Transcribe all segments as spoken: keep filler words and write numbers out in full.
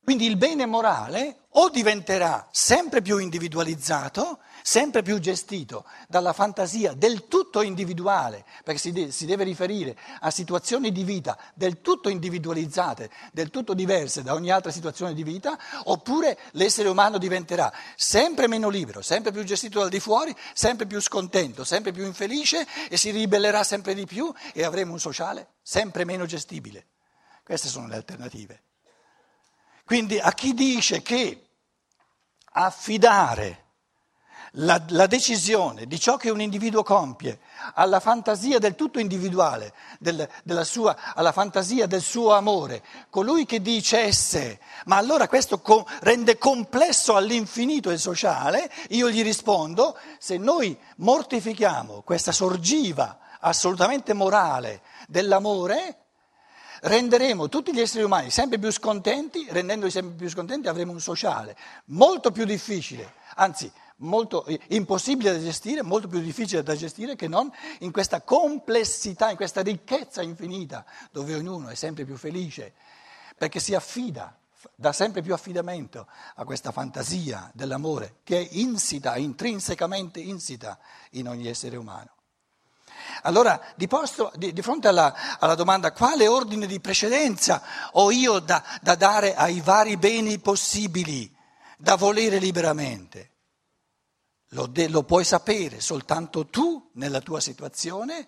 Quindi il bene morale o diventerà sempre più individualizzato, sempre più gestito dalla fantasia del tutto individuale, perché si, de- si deve riferire a situazioni di vita del tutto individualizzate, del tutto diverse da ogni altra situazione di vita, oppure l'essere umano diventerà sempre meno libero, sempre più gestito dal di fuori, sempre più scontento, sempre più infelice e si ribellerà sempre di più e avremo un sociale sempre meno gestibile. Queste sono le alternative. Quindi a chi dice che affidare la, la decisione di ciò che un individuo compie alla fantasia del tutto individuale, del, della sua, alla fantasia del suo amore, colui che dicesse ma allora questo co- rende complesso all'infinito il sociale, io gli rispondo, se noi mortifichiamo questa sorgiva assolutamente morale dell'amore, renderemo tutti gli esseri umani sempre più scontenti, rendendoli sempre più scontenti avremo un sociale molto più difficile, anzi molto impossibile da gestire, molto più difficile da gestire che non in questa complessità, in questa ricchezza infinita, dove ognuno è sempre più felice, perché si affida, dà sempre più affidamento a questa fantasia dell'amore che è insita, intrinsecamente insita in ogni essere umano. Allora, di, posto, di, di fronte alla, alla domanda quale ordine di precedenza ho io da, da dare ai vari beni possibili, da volere liberamente, lo, de, lo puoi sapere soltanto tu nella tua situazione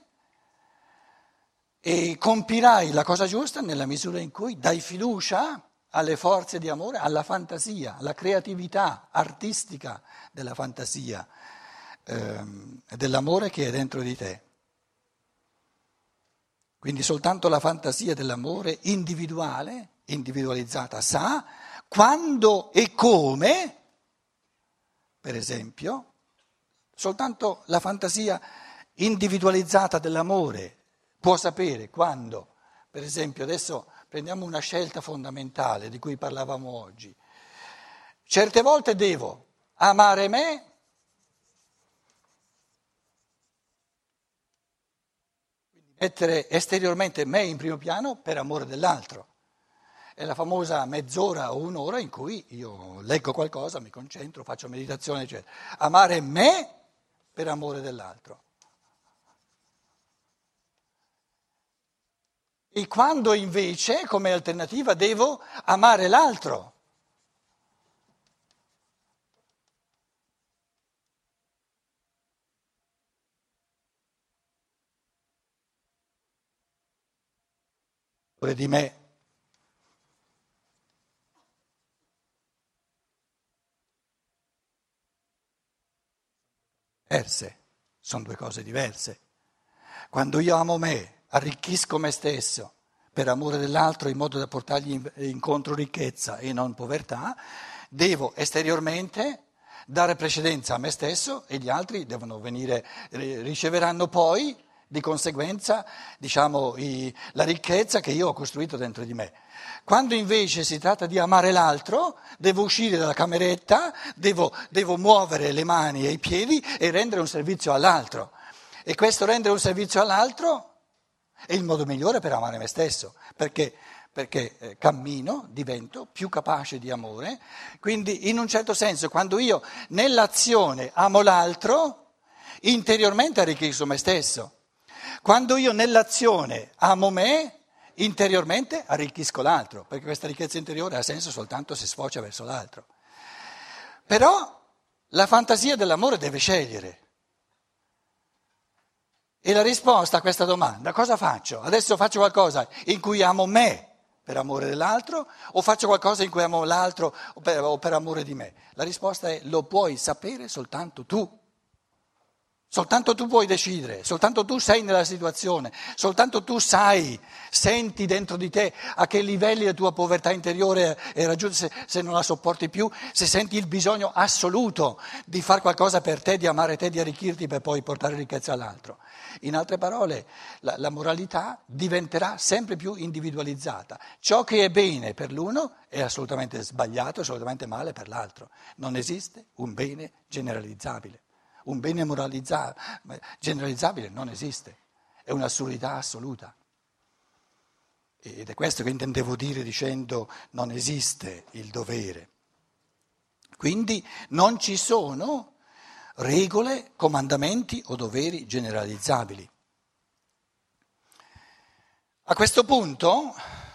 e compirai la cosa giusta nella misura in cui dai fiducia alle forze di amore, alla fantasia, alla creatività artistica della fantasia, ehm, dell'amore che è dentro di te. Quindi soltanto la fantasia dell'amore individuale, individualizzata, sa quando e come, per esempio, soltanto la fantasia individualizzata dell'amore può sapere quando, per esempio, adesso prendiamo una scelta fondamentale di cui parlavamo oggi. Certe volte devo amare me, mettere esteriormente me in primo piano per amore dell'altro. È la famosa mezz'ora o un'ora in cui io leggo qualcosa, mi concentro, faccio meditazione, eccetera. Amare me per amore dell'altro. E quando invece, come alternativa, devo amare l'altro. Di me. Diverse, sono due cose diverse. Quando io amo me, arricchisco me stesso per amore dell'altro in modo da portargli incontro ricchezza e non povertà, devo esteriormente dare precedenza a me stesso e gli altri devono venire, riceveranno poi di conseguenza, diciamo, i, la ricchezza che io ho costruito dentro di me. Quando invece si tratta di amare l'altro, devo uscire dalla cameretta, devo, devo muovere le mani e i piedi e rendere un servizio all'altro. E questo rendere un servizio all'altro è il modo migliore per amare me stesso, perché, perché eh, cammino, divento più capace di amore. Quindi in un certo senso quando io nell'azione amo l'altro, interiormente arricchisco me stesso. Quando io nell'azione amo me, interiormente arricchisco l'altro, perché questa ricchezza interiore ha senso soltanto se sfocia verso l'altro. Però la fantasia dell'amore deve scegliere. E la risposta a questa domanda, cosa faccio? Adesso faccio qualcosa in cui amo me per amore dell'altro o faccio qualcosa in cui amo l'altro o per, o per amore di me? La risposta è lo puoi sapere soltanto tu. Soltanto tu puoi decidere, soltanto tu sei nella situazione, soltanto tu sai, senti dentro di te a che livelli la tua povertà interiore è raggiunta, se, se non la sopporti più, se senti il bisogno assoluto di fare qualcosa per te, di amare te, di arricchirti per poi portare ricchezza all'altro. In altre parole, la, la moralità diventerà sempre più individualizzata. Ciò che è bene per l'uno è assolutamente sbagliato, assolutamente male per l'altro. Non esiste un bene generalizzabile. Un bene moralizza- generalizzabile non esiste, è un'assurdità assoluta. Ed è questo che intendevo dire dicendo non esiste il dovere. Quindi non ci sono regole, comandamenti o doveri generalizzabili. A questo punto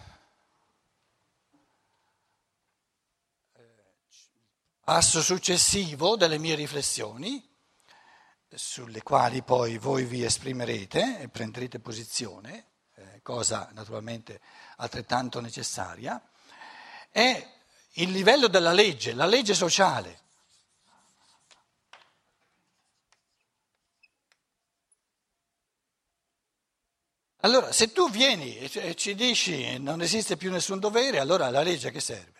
passo successivo delle mie riflessioni, sulle quali poi voi vi esprimerete e prenderete posizione, eh, cosa naturalmente altrettanto necessaria, è il livello della legge, la legge sociale. Allora, se tu vieni e ci dici non esiste più nessun dovere, allora la legge a che serve?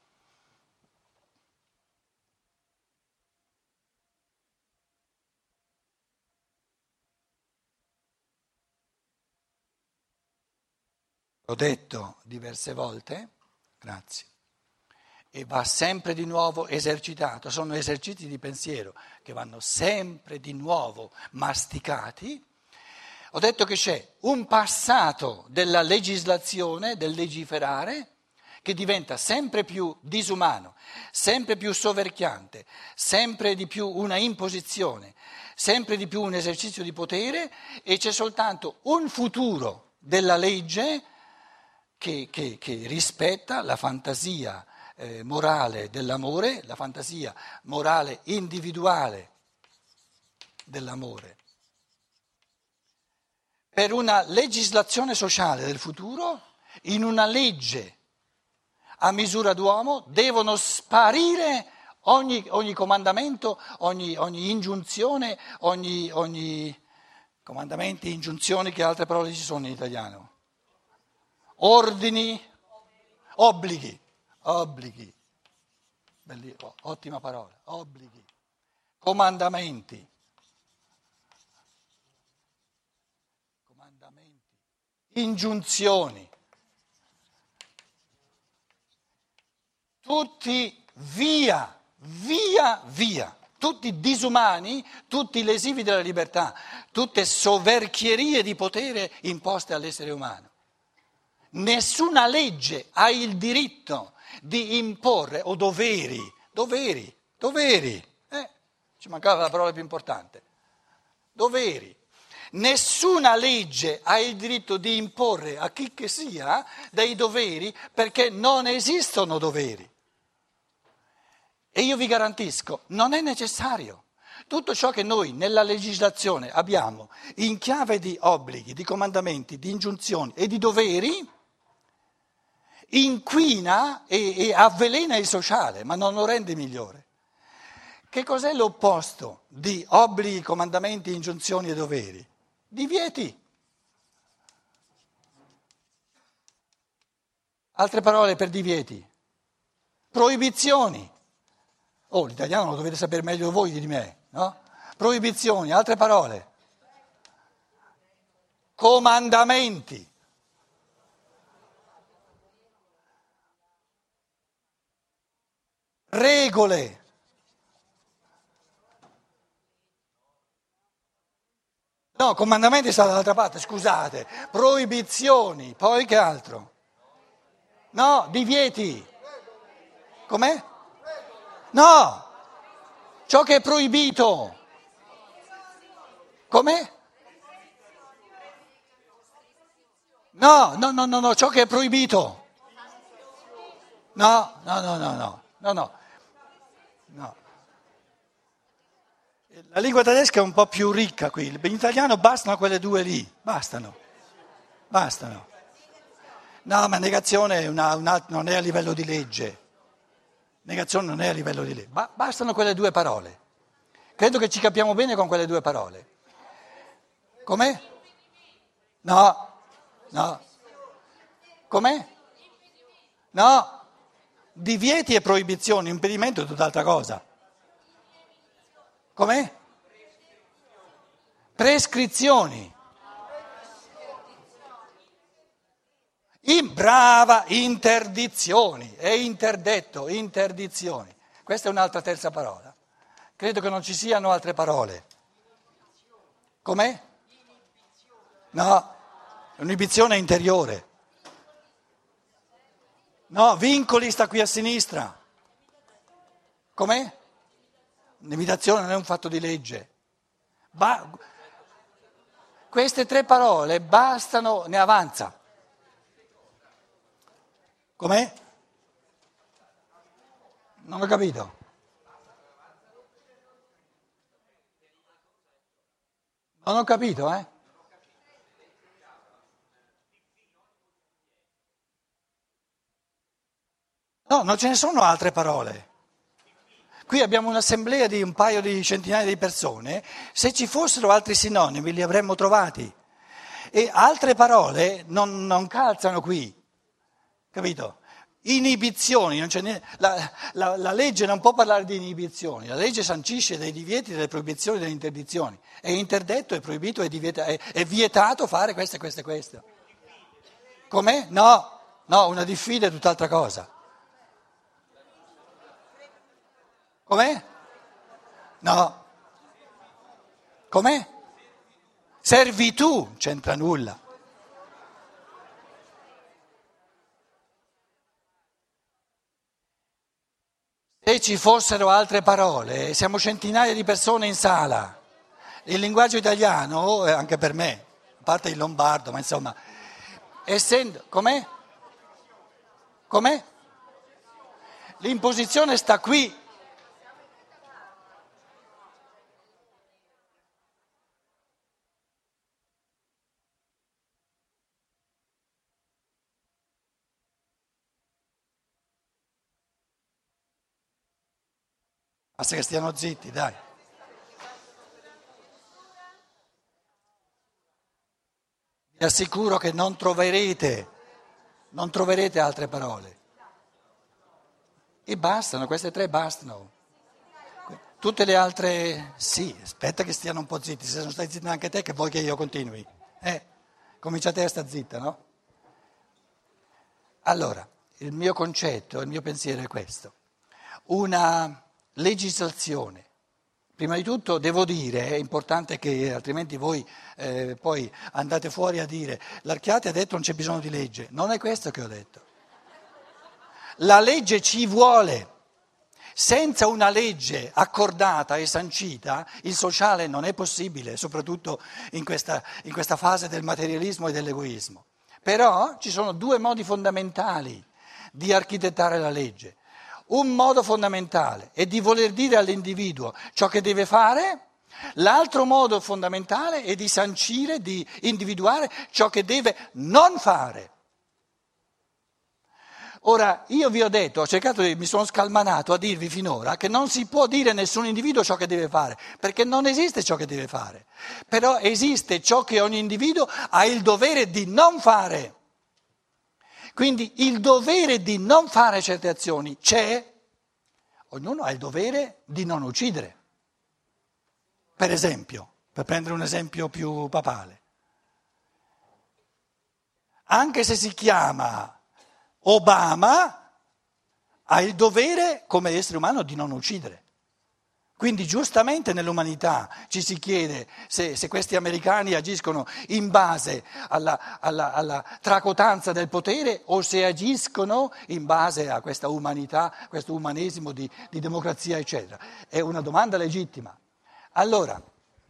L'ho detto diverse volte, grazie, e va sempre di nuovo esercitato, sono esercizi di pensiero che vanno sempre di nuovo masticati. Ho detto che c'è un passato della legislazione, del legiferare, che diventa sempre più disumano, sempre più soverchiante, sempre di più una imposizione, sempre di più un esercizio di potere, e c'è soltanto un futuro della legge che, che, che rispetta la fantasia eh, morale dell'amore, la fantasia morale individuale dell'amore. Per una legislazione sociale del futuro, in una legge a misura d'uomo, devono sparire ogni, ogni comandamento, ogni, ogni ingiunzione, ogni, ogni comandamenti, ingiunzioni, che altre parole ci sono in italiano? Ordini, obblighi, obblighi, Belli, ottima parola, obblighi, comandamenti. Ingiunzioni, tutti via, via, via, tutti disumani, tutti lesivi della libertà, tutte soverchierie di potere imposte all'essere umano. Nessuna legge ha il diritto di imporre, o doveri, doveri, doveri, eh, ci mancava la parola più importante, doveri. Nessuna legge ha il diritto di imporre a chi che sia dei doveri, perché non esistono doveri. E io vi garantisco, non è necessario. Tutto ciò che noi nella legislazione abbiamo in chiave di obblighi, di comandamenti, di ingiunzioni e di doveri, inquina e, e avvelena il sociale, ma non lo rende migliore. Che cos'è l'opposto di obblighi, comandamenti, ingiunzioni e doveri? Divieti. Altre parole per divieti? Proibizioni. Oh, l'italiano lo dovete sapere meglio voi di me, no? Proibizioni, altre parole. Comandamenti. Regole. No, comandamenti sta dall'altra parte, scusate. Proibizioni, poi che altro? No, divieti. Com'è? No, ciò che è proibito. Com'è? No, no, no, no, no, ciò che è proibito. No, no, no, no, no, no, no. No. La lingua tedesca è un po' più ricca qui, in italiano bastano quelle due lì, bastano, bastano. No, ma negazione è una, una, non è a livello di legge, negazione non è a livello di legge, ba, bastano quelle due parole. Credo che ci capiamo bene con quelle due parole. Com'è? No, no. Com'è? No, divieti e proibizioni, impedimento è tutt'altra cosa. Com'è? Prescrizioni. In, brava, interdizioni, è interdetto, interdizioni. Questa è un'altra terza parola. Credo che non ci siano altre parole. Com'è? No, inibizione interiore. No, vincoli sta qui a sinistra. Com'è? L'imitazione non è un fatto di legge. Ba- queste tre parole bastano, ne avanza. Com'è? Non ho capito. Non ho capito, eh? No, non ce ne sono altre parole. Qui abbiamo un'assemblea di un paio di centinaia di persone, se ci fossero altri sinonimi li avremmo trovati. E altre parole non, non calzano qui, capito? Inibizioni, non c'è niente. La, la, la legge non può parlare di inibizioni, la legge sancisce dei divieti, delle proibizioni, delle interdizioni. È interdetto, è proibito, è, divieta, è, è vietato fare questo e questo e questo. Com'è? No, no, una diffida è tutt'altra cosa. Com'è? No. Com'è? Servitù, c'entra nulla. Se ci fossero altre parole, siamo centinaia di persone in sala. Il linguaggio italiano, eh, anche per me, a parte il lombardo, ma insomma, essendo... Com'è? Com'è? L'imposizione sta qui. Basta che stiano zitti, dai. Vi assicuro che non troverete, non troverete altre parole. E bastano, queste tre bastano. Tutte le altre, sì, aspetta che stiano un po' zitti, se non stai zitta anche te che vuoi che io continui. Eh, comincia te a sta zitta, no? Allora, il mio concetto, il mio pensiero è questo. Una legislazione. Prima di tutto devo dire, è importante che altrimenti voi eh, poi andate fuori a dire, l'Archiati ha detto non c'è bisogno di legge, non è questo che ho detto. La legge ci vuole, senza una legge accordata e sancita il sociale non è possibile, soprattutto in questa, in questa fase del materialismo e dell'egoismo. Però ci sono due modi fondamentali di architettare la legge. Un modo fondamentale è di voler dire all'individuo ciò che deve fare, l'altro modo fondamentale è di sancire, di individuare ciò che deve non fare. Ora, io vi ho detto, ho cercato di, mi sono scalmanato a dirvi finora che non si può dire a nessun individuo ciò che deve fare, perché non esiste ciò che deve fare, però esiste ciò che ogni individuo ha il dovere di non fare. Quindi il dovere di non fare certe azioni c'è, ognuno ha il dovere di non uccidere. Per esempio, per prendere un esempio più papale, anche se si chiama Obama, ha il dovere come essere umano di non uccidere. Quindi giustamente nell'umanità ci si chiede se, se questi americani agiscono in base alla, alla, alla tracotanza del potere o se agiscono in base a questa umanità, questo umanesimo di, di democrazia, eccetera. È una domanda legittima. Allora,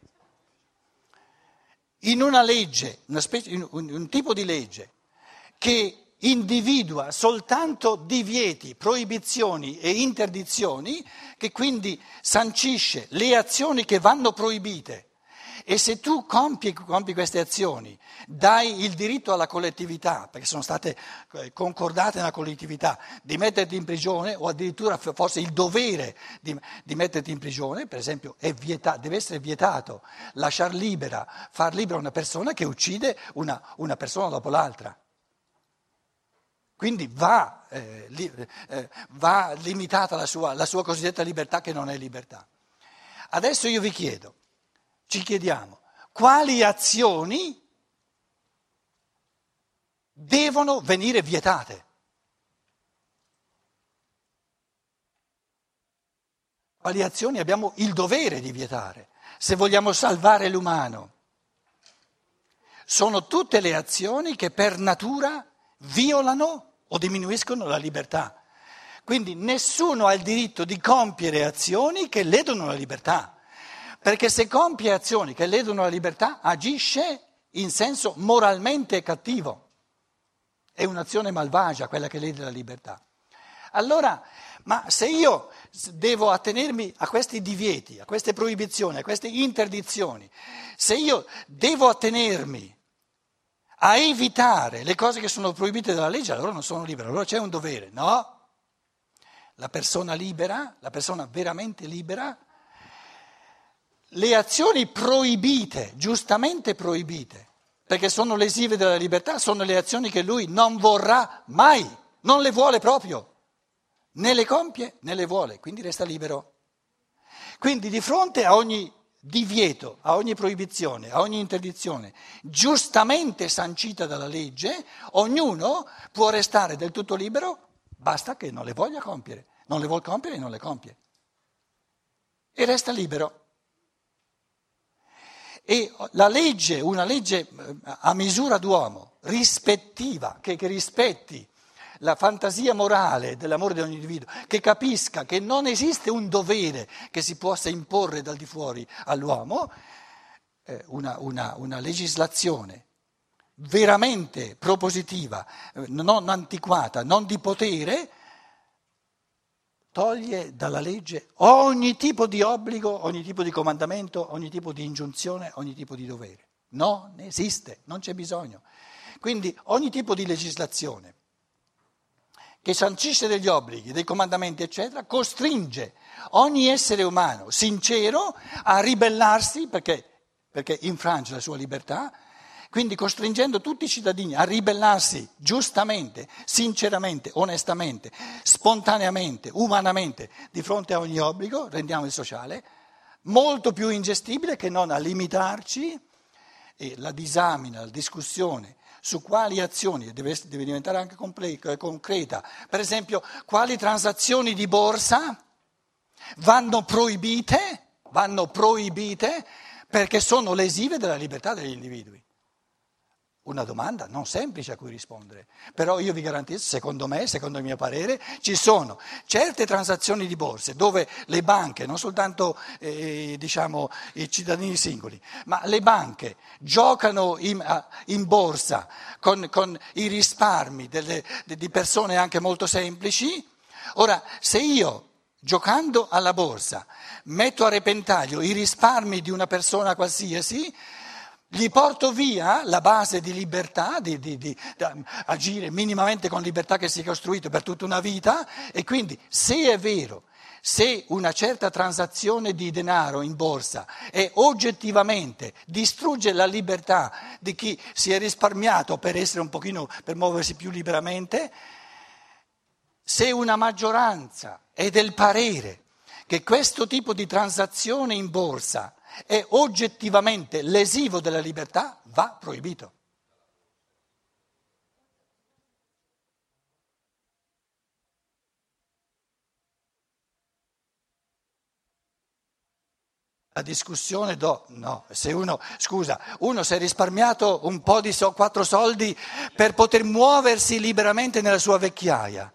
in una legge, una specie, in un, un tipo di legge che individua soltanto divieti, proibizioni e interdizioni, che quindi sancisce le azioni che vanno proibite. E se tu compi, compi queste azioni, dai il diritto alla collettività, perché sono state concordate nella collettività, di metterti in prigione o addirittura forse il dovere di, di metterti in prigione, per esempio è vietato, deve essere vietato lasciar libera, far libera una persona che uccide una, una persona dopo l'altra. Quindi va, eh, li, eh, va limitata la sua, la sua cosiddetta libertà che non è libertà. Adesso io vi chiedo, ci chiediamo, quali azioni devono venire vietate? Quali azioni abbiamo il dovere di vietare se vogliamo salvare l'umano? Sono tutte le azioni che per natura violano o diminuiscono la libertà. Quindi nessuno ha il diritto di compiere azioni che ledono la libertà, perché se compie azioni che ledono la libertà agisce in senso moralmente cattivo. È un'azione malvagia quella che lede la libertà. Allora, ma se io devo attenermi a questi divieti, a queste proibizioni, a queste interdizioni, se io devo attenermi a evitare le cose che sono proibite dalla legge, allora non sono libero, allora c'è un dovere, no? La persona libera, la persona veramente libera, le azioni proibite, giustamente proibite, perché sono lesive della libertà, sono le azioni che lui non vorrà mai, non le vuole proprio, né le compie né le vuole, quindi resta libero. Quindi di fronte a ogni divieto, a ogni proibizione, a ogni interdizione, giustamente sancita dalla legge, ognuno può restare del tutto libero, basta che non le voglia compiere, non le vuol compiere e non le compie. E resta libero. E la legge, una legge a misura d'uomo, rispettiva, che, che rispetti la fantasia morale dell'amore di ogni individuo, che capisca che non esiste un dovere che si possa imporre dal di fuori all'uomo, eh, una, una, una legislazione veramente propositiva, eh, non antiquata, non di potere, toglie dalla legge ogni tipo di obbligo, ogni tipo di comandamento, ogni tipo di ingiunzione, ogni tipo di dovere. Non esiste, non c'è bisogno. Quindi ogni tipo di legislazione che sancisce degli obblighi, dei comandamenti, eccetera, costringe ogni essere umano sincero a ribellarsi perché, perché infrange la sua libertà. Quindi costringendo tutti i cittadini a ribellarsi giustamente, sinceramente, onestamente, spontaneamente, umanamente di fronte a ogni obbligo, rendiamo il sociale molto più ingestibile che non a limitarci e la disamina, la discussione su quali azioni, deve, deve diventare anche comple- concreta, per esempio quali transazioni di borsa vanno proibite, vanno proibite perché sono lesive della libertà degli individui. Una domanda non semplice a cui rispondere, però io vi garantisco, secondo me, secondo il mio parere, ci sono certe transazioni di borse dove le banche, non soltanto eh, diciamo, i cittadini singoli, ma le banche giocano in, in borsa con, con i risparmi delle, di persone anche molto semplici. Ora, se io, giocando alla borsa, metto a repentaglio i risparmi di una persona qualsiasi, gli porto via la base di libertà, di, di, di, di agire minimamente con libertà che si è costruito per tutta una vita, e quindi se è vero, se una certa transazione di denaro in borsa è oggettivamente distrugge la libertà di chi si è risparmiato per essere un pochino, per muoversi più liberamente, se una maggioranza è del parere che questo tipo di transazione in borsa è oggettivamente lesivo della libertà, va proibito. La discussione do, no, se uno, scusa, uno si è risparmiato un po' di so, quattro soldi per poter muoversi liberamente nella sua vecchiaia.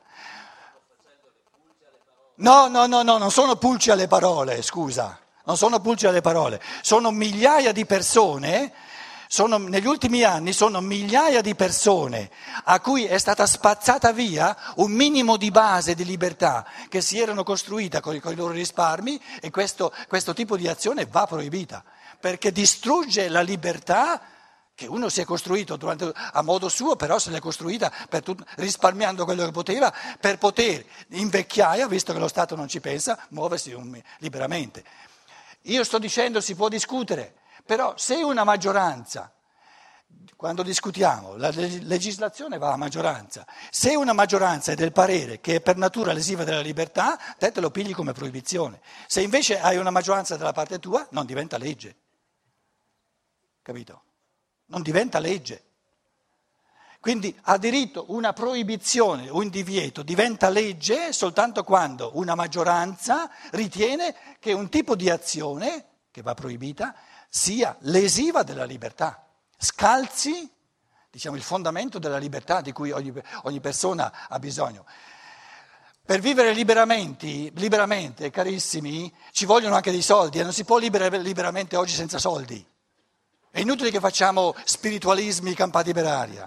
No, no, no, no, non sono pulci alle parole, scusa. Non sono pulci alle parole, sono migliaia di persone, sono, negli ultimi anni sono migliaia di persone a cui è stata spazzata via un minimo di base di libertà che si erano costruita con i, con i loro risparmi, e questo, questo tipo di azione va proibita, perché distrugge la libertà che uno si è costruito durante, a modo suo, però se l'è costruita per tut, risparmiando quello che poteva per poter in vecchiaia, visto che lo Stato non ci pensa, muoversi um, liberamente. Io sto dicendo si può discutere, però se una maggioranza, quando discutiamo, la legislazione va a maggioranza, se una maggioranza è del parere che è per natura lesiva della libertà, te te lo pigli come proibizione. Se invece hai una maggioranza dalla parte tua, non diventa legge. Capito? Non diventa legge. Quindi ha diritto una proibizione, un divieto diventa legge soltanto quando una maggioranza ritiene che un tipo di azione, che va proibita, sia lesiva della libertà, scalzi diciamo, il fondamento della libertà di cui ogni, ogni persona ha bisogno. Per vivere liberamente, liberamente, carissimi, ci vogliono anche dei soldi e non si può vivere liberamente oggi senza soldi. È inutile che facciamo spiritualismi campati per aria.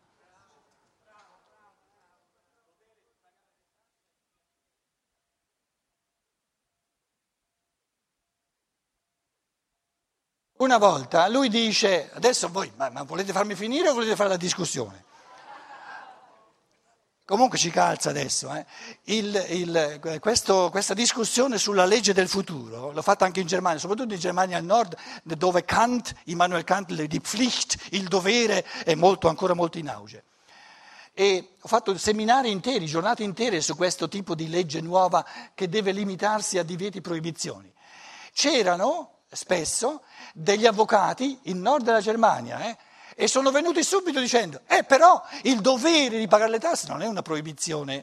Una volta lui dice, adesso voi, ma, ma volete farmi finire o volete fare la discussione? Comunque ci calza adesso, eh. il, il, questo, questa discussione sulla legge del futuro, l'ho fatta anche in Germania, soprattutto in Germania al nord, dove Kant, Immanuel Kant, di Pflicht, il dovere è molto, ancora molto in auge. E ho fatto seminari interi, giornate intere su questo tipo di legge nuova che deve limitarsi a divieti e proibizioni. C'erano spesso degli avvocati in nord della Germania, eh, e sono venuti subito dicendo, eh però il dovere di pagare le tasse non è una proibizione.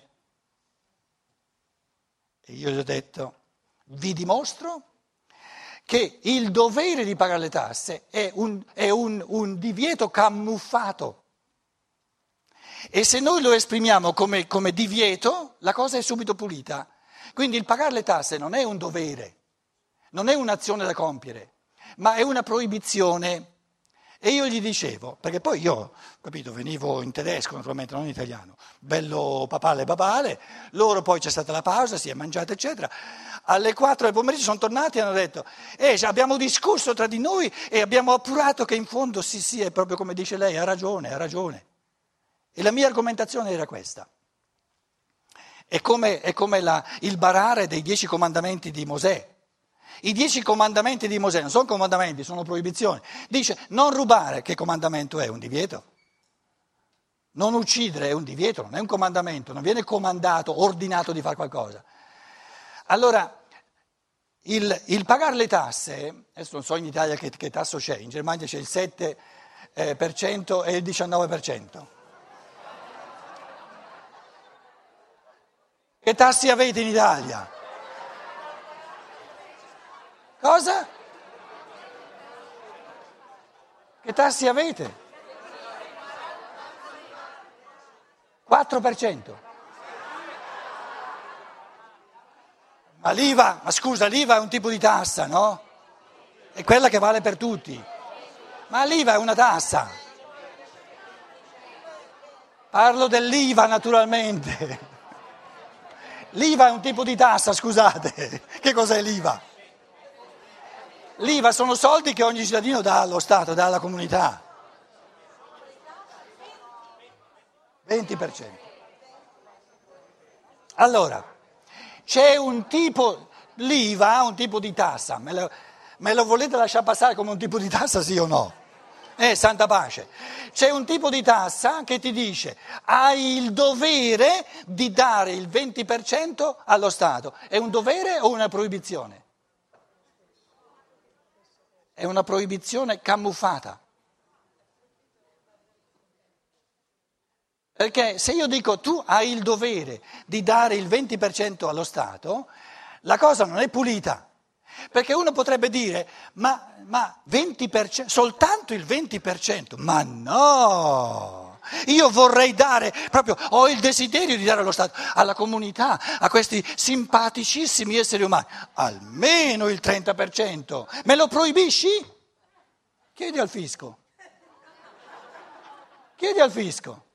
E io gli ho detto, vi dimostro che il dovere di pagare le tasse è un, è un, un divieto camuffato. E se noi lo esprimiamo come, come divieto, la cosa è subito pulita. Quindi il pagare le tasse non è un dovere, non è un'azione da compiere, ma è una proibizione. E io gli dicevo, perché poi io, capito, venivo in tedesco naturalmente, non in italiano, bello papale papale, loro poi c'è stata la pausa, si è mangiato eccetera, alle quattro del pomeriggio sono tornati e hanno detto, eh, abbiamo discusso tra di noi e abbiamo appurato che in fondo sì sì, è proprio come dice lei, ha ragione, ha ragione. E la mia argomentazione era questa, è come, è come la, il barare dei dieci comandamenti di Mosè. I dieci comandamenti di Mosè non sono comandamenti, sono proibizioni. Dice non rubare, che comandamento è? Un divieto. Non uccidere è un divieto, non è un comandamento, non viene comandato, ordinato di fare qualcosa. Allora, il, il pagare le tasse, adesso non so in Italia che, che tasso c'è, in Germania c'è il sette per cento e il diciannove per cento. Che tassi avete in Italia? Cosa? Che tassi avete? quattro per cento. Ma l'IVA, ma scusa, l'IVA è un tipo di tassa, no? È quella che vale per tutti. Ma l'IVA è una tassa. Parlo dell'IVA naturalmente. L'IVA è un tipo di tassa, scusate. Che cos'è l'IVA? L'IVA sono soldi che ogni cittadino dà allo Stato, dà alla comunità. venti per cento. Allora, c'è un tipo, l'IVA ha un tipo di tassa, me lo, me lo volete lasciare passare come un tipo di tassa, sì o no? Eh, santa pace. C'è un tipo di tassa che ti dice hai il dovere di dare il venti per cento allo Stato. È un dovere o una proibizione? È una proibizione camuffata. Perché se io dico tu hai il dovere di dare il venti per cento allo Stato, la cosa non è pulita. Perché uno potrebbe dire ma, ma venti per cento, soltanto il venti per cento? Ma no! Io vorrei dare, proprio ho il desiderio di dare allo Stato, alla comunità, a questi simpaticissimi esseri umani, almeno il trenta per cento. Me lo proibisci? Chiedi al fisco. Chiedi al fisco.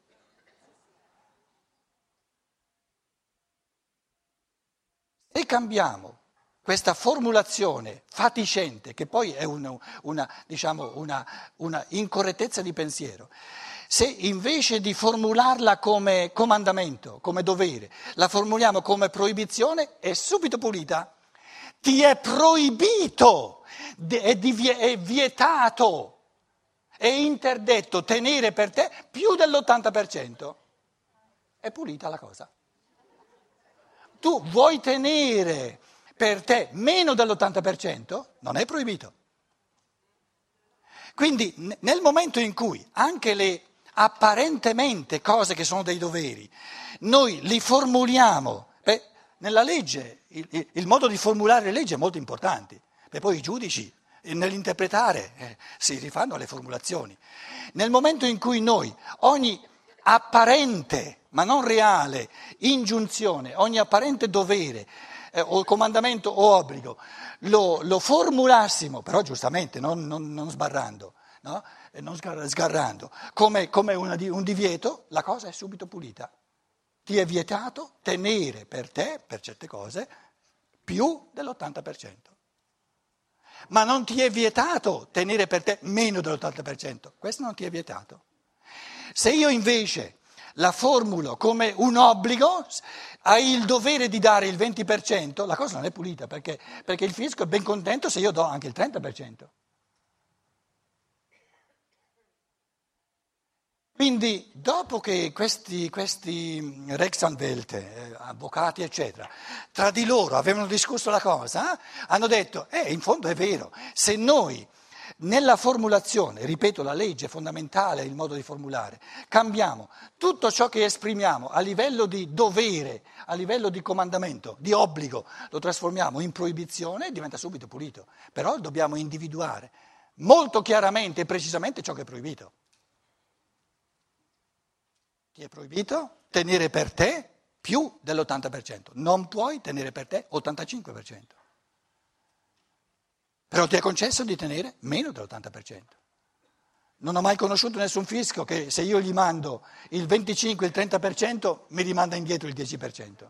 Se cambiamo questa formulazione fatiscente, che poi è una, una, diciamo, una, una incorrettezza di pensiero, se invece di formularla come comandamento, come dovere, la formuliamo come proibizione, è subito pulita. Ti è proibito, è, divie, è vietato, è interdetto tenere per te più dell'ottanta per cento. È pulita la cosa. Tu vuoi tenere per te meno dell'ottanta per cento? Non è proibito. Quindi nel momento in cui anche le apparentemente cose che sono dei doveri, noi li formuliamo, nella legge, il, il modo di formulare le leggi è molto importante, perché poi i giudici nell'interpretare eh, si rifanno alle formulazioni. Nel momento in cui noi ogni apparente, ma non reale, ingiunzione, ogni apparente dovere eh, o comandamento o obbligo lo, lo formulassimo, però giustamente, non, non, non sbarrando, no? E non sgarrando, come, come una, un divieto, la cosa è subito pulita. Ti è vietato tenere per te, per certe cose, più dell'ottanta per cento. Ma non ti è vietato tenere per te meno dell'ottanta per cento. Questo non ti è vietato. Se io invece la formulo come un obbligo, hai il dovere di dare il venti per cento, la cosa non è pulita, perché, perché il fisco è ben contento se io do anche il trenta per cento. Quindi dopo che questi, questi Rechtsanwälte, eh, avvocati eccetera, tra di loro avevano discusso la cosa, hanno detto, eh, in fondo è vero, se noi nella formulazione, ripeto la legge fondamentale, il modo di formulare, cambiamo tutto ciò che esprimiamo a livello di dovere, a livello di comandamento, di obbligo, lo trasformiamo in proibizione, diventa subito pulito. Però dobbiamo individuare molto chiaramente e precisamente ciò che è proibito. Ti è proibito tenere per te più dell'ottanta per cento, non puoi tenere per te ottantacinque per cento, però ti è concesso di tenere meno dell'ottanta per cento. Non ho mai conosciuto nessun fisco che se io gli mando il venticinque, il trenta per cento mi rimanda indietro il dieci per cento,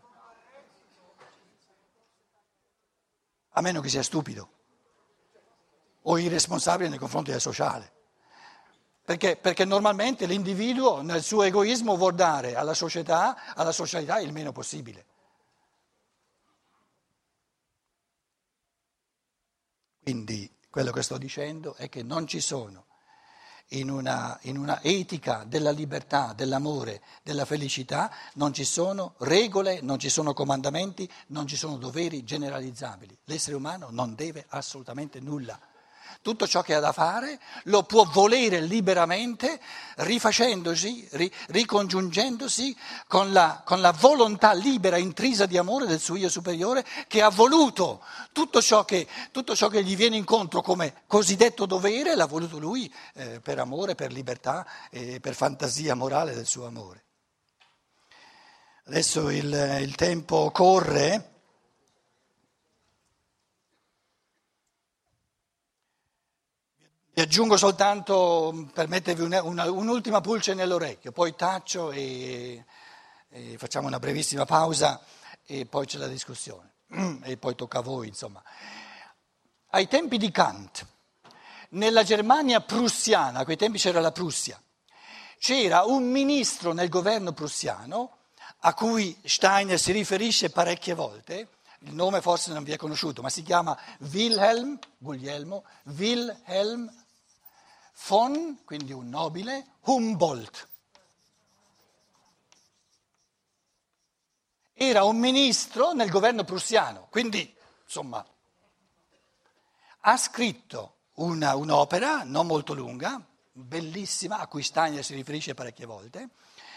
a meno che sia stupido o irresponsabile nei confronti del sociale. Perché, perché normalmente l'individuo nel suo egoismo vuol dare alla società, alla socialità il meno possibile. Quindi quello che sto dicendo è che non ci sono in una, in una etica della libertà, dell'amore, della felicità, non ci sono regole, non ci sono comandamenti, non ci sono doveri generalizzabili. L'essere umano non deve assolutamente nulla. Tutto ciò che ha da fare lo può volere liberamente, rifacendosi, ri, ricongiungendosi con la, con la volontà libera, intrisa di amore del suo io superiore, che ha voluto tutto ciò che, tutto ciò che gli viene incontro come cosiddetto dovere, l'ha voluto lui eh, per amore, per libertà e per fantasia morale del suo amore. Adesso il, il tempo corre. Vi aggiungo soltanto, permettevi una, una, un'ultima pulce nell'orecchio, poi taccio e, e facciamo una brevissima pausa e poi c'è la discussione e poi tocca a voi, insomma. Ai tempi di Kant, nella Germania prussiana, a quei tempi c'era la Prussia, c'era un ministro nel governo prussiano a cui Steiner si riferisce parecchie volte. Il nome forse non vi è conosciuto, ma si chiama Wilhelm, Guglielmo, Wilhelm von, quindi un nobile, Humboldt. Era un ministro nel governo prussiano, quindi insomma ha scritto una, un'opera non molto lunga, bellissima, a cui Steiner si riferisce parecchie volte,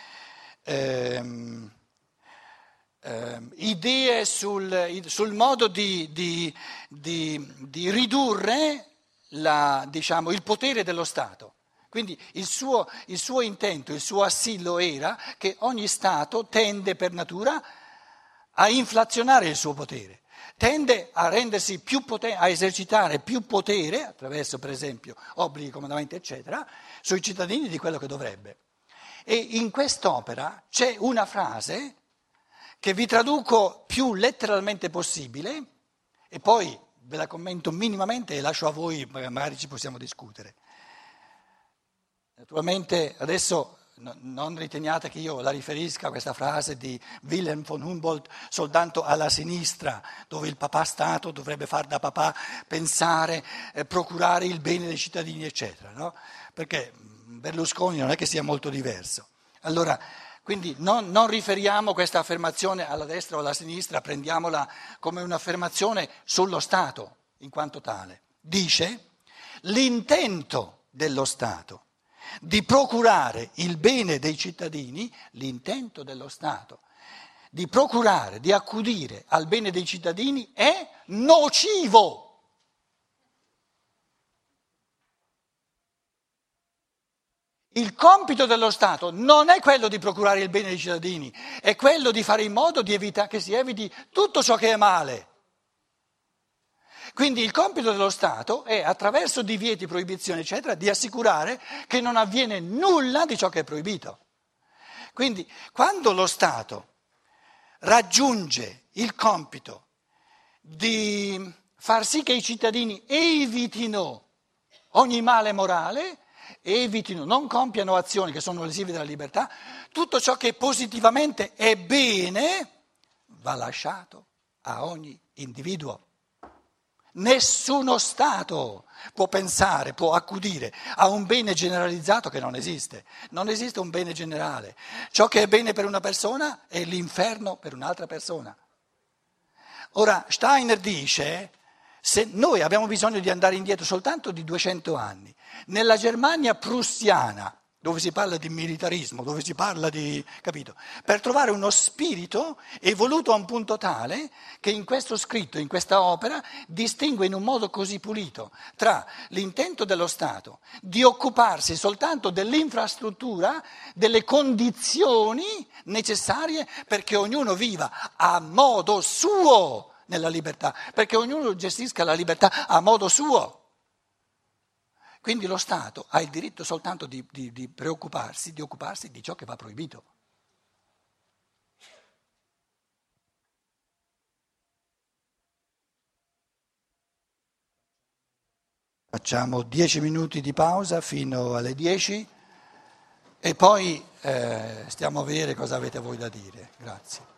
ehm, ehm, idee sul, sul modo di, di, di, di ridurre la, diciamo, il potere dello Stato. Quindi il suo, il suo intento, il suo assillo era che ogni Stato tende per natura a inflazionare il suo potere, tende a rendersi più potente, a esercitare più potere, attraverso per esempio obblighi, comandamenti eccetera, sui cittadini di quello che dovrebbe. E in quest'opera c'è una frase che vi traduco più letteralmente possibile e poi ve la commento minimamente e lascio a voi, magari ci possiamo discutere. Naturalmente adesso non riteniate che io la riferisca, questa frase di Wilhelm von Humboldt, soltanto alla sinistra, dove il papà Stato dovrebbe far da papà, pensare, eh, procurare il bene dei cittadini, eccetera, no? Perché Berlusconi non è che sia molto diverso. Allora, quindi non, non riferiamo questa affermazione alla destra o alla sinistra, prendiamola come un'affermazione sullo Stato in quanto tale. Dice l'intento dello Stato di procurare il bene dei cittadini, l'intento dello Stato di procurare, di accudire al bene dei cittadini è nocivo. Il compito dello Stato non è quello di procurare il bene dei cittadini, è quello di fare in modo di evitare, che si eviti tutto ciò che è male. Quindi il compito dello Stato è, attraverso divieti, proibizioni, eccetera, di assicurare che non avviene nulla di ciò che è proibito. Quindi quando lo Stato raggiunge il compito di far sì che i cittadini evitino ogni male morale, evitino, non compiano azioni che sono lesive della libertà, tutto ciò che positivamente è bene va lasciato a ogni individuo. Nessuno Stato può pensare, può accudire a un bene generalizzato che non esiste. Non esiste un bene generale. Ciò che è bene per una persona è l'inferno per un'altra persona. Ora, Steiner dice, se noi abbiamo bisogno di andare indietro soltanto di duecento anni, nella Germania prussiana, dove si parla di militarismo, dove si parla di, capito, per trovare uno spirito evoluto a un punto tale che in questo scritto, in questa opera, distingue in un modo così pulito tra l'intento dello Stato di occuparsi soltanto dell'infrastruttura, delle condizioni necessarie perché ognuno viva a modo suo nella libertà, perché ognuno gestisca la libertà a modo suo. Quindi lo Stato ha il diritto soltanto di, di, di preoccuparsi, di occuparsi di ciò che va proibito. Facciamo dieci minuti di pausa fino alle dieci e poi eh, stiamo a vedere cosa avete voi da dire. Grazie.